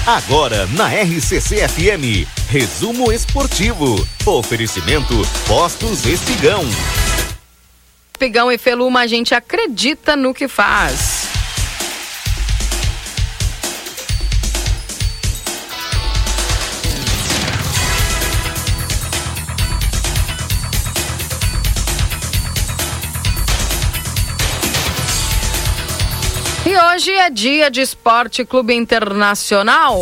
Agora na RCC-FM, resumo esportivo. Oferecimento Postos Espigão. Espigão e Feluma, a gente acredita no que faz. E hoje é dia de Esporte Clube Internacional.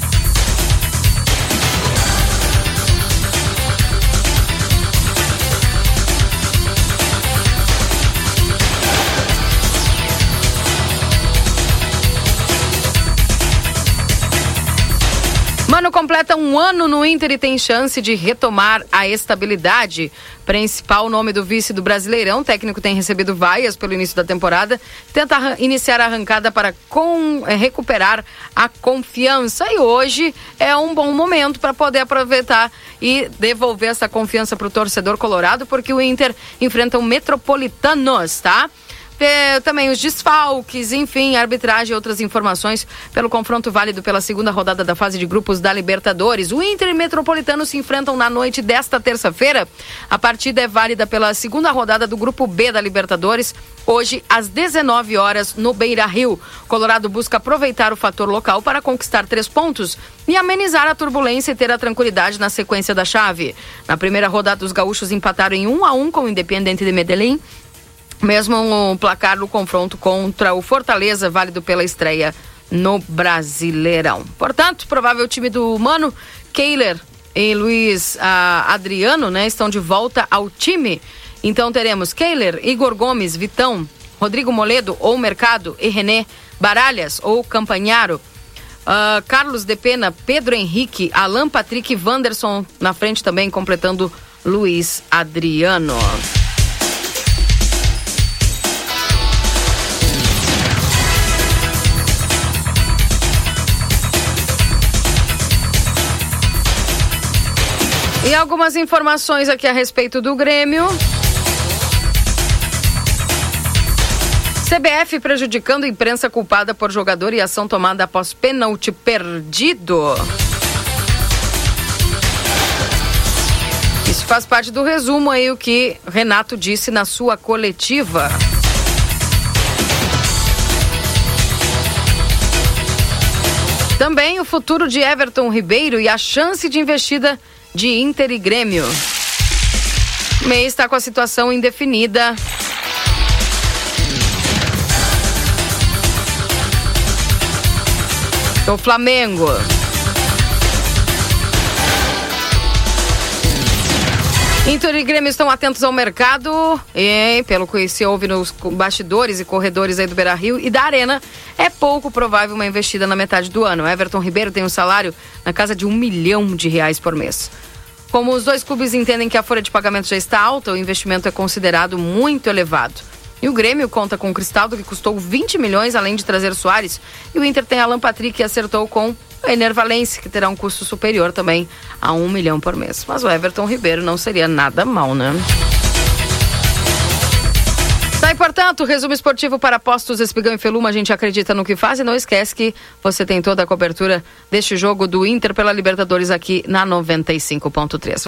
Mano completa um ano no Inter e tem chance de retomar a estabilidade. Principal nome do vice do Brasileirão, o técnico tem recebido vaias pelo início da temporada, tenta iniciar a arrancada para recuperar a confiança. E hoje é um bom momento para poder aproveitar e devolver essa confiança para o torcedor colorado, porque o Inter enfrenta o Metropolitanos, tá? Também os desfalques, enfim, arbitragem e outras informações pelo confronto válido pela segunda rodada da fase de grupos da Libertadores. O Inter e Metropolitano se enfrentam na noite desta terça-feira. A partida é válida pela segunda rodada do grupo B da Libertadores, hoje às 19 horas no Beira-Rio. Colorado busca aproveitar o fator local para conquistar 3 pontos e amenizar a turbulência e ter a tranquilidade na sequência da chave. Na primeira rodada, os gaúchos empataram em 1-1 com o Independiente de Medellín, mesmo o placar do confronto contra o Fortaleza, válido pela estreia no Brasileirão. Portanto, provável time do Mano, Kehler e Luiz Adriano, né, estão de volta ao time. Então teremos Kehler, Igor Gomes, Vitão, Rodrigo Moledo ou Mercado e René, Baralhas ou Campanharo, Carlos de Pena, Pedro Henrique, Alan Patrick e Wanderson na frente também, completando Luiz Adriano. E algumas informações aqui a respeito do Grêmio. CBF prejudicando a imprensa culpada por jogador e ação tomada após pênalti perdido. Isso faz parte do resumo aí, o que Renato disse na sua coletiva. Também o futuro de Everton Ribeiro e a chance de investida de Inter e Grêmio. O MEI está com a situação indefinida. O Flamengo. Inter e Grêmio estão atentos ao mercado e, pelo que se ouve nos bastidores e corredores aí do Beira-Rio e da Arena, é pouco provável uma investida na metade do ano. Everton Ribeiro tem um salário na casa de R$1 milhão por mês. Como os dois clubes entendem que a folha de pagamento já está alta, o investimento é considerado muito elevado. E o Grêmio conta com o Cristaldo, que custou 20 milhões, além de trazer Soares. E o Inter tem Alan Patrick, que acertou com o Ener Valencia, que terá um custo superior também a R$1 milhão por mês. Mas o Everton Ribeiro não seria nada mal, né? Tá, e portanto, resumo esportivo para Postos Espigão e Feluma, a gente acredita no que faz e não esquece que você tem toda a cobertura deste jogo do Inter pela Libertadores aqui na 95.3.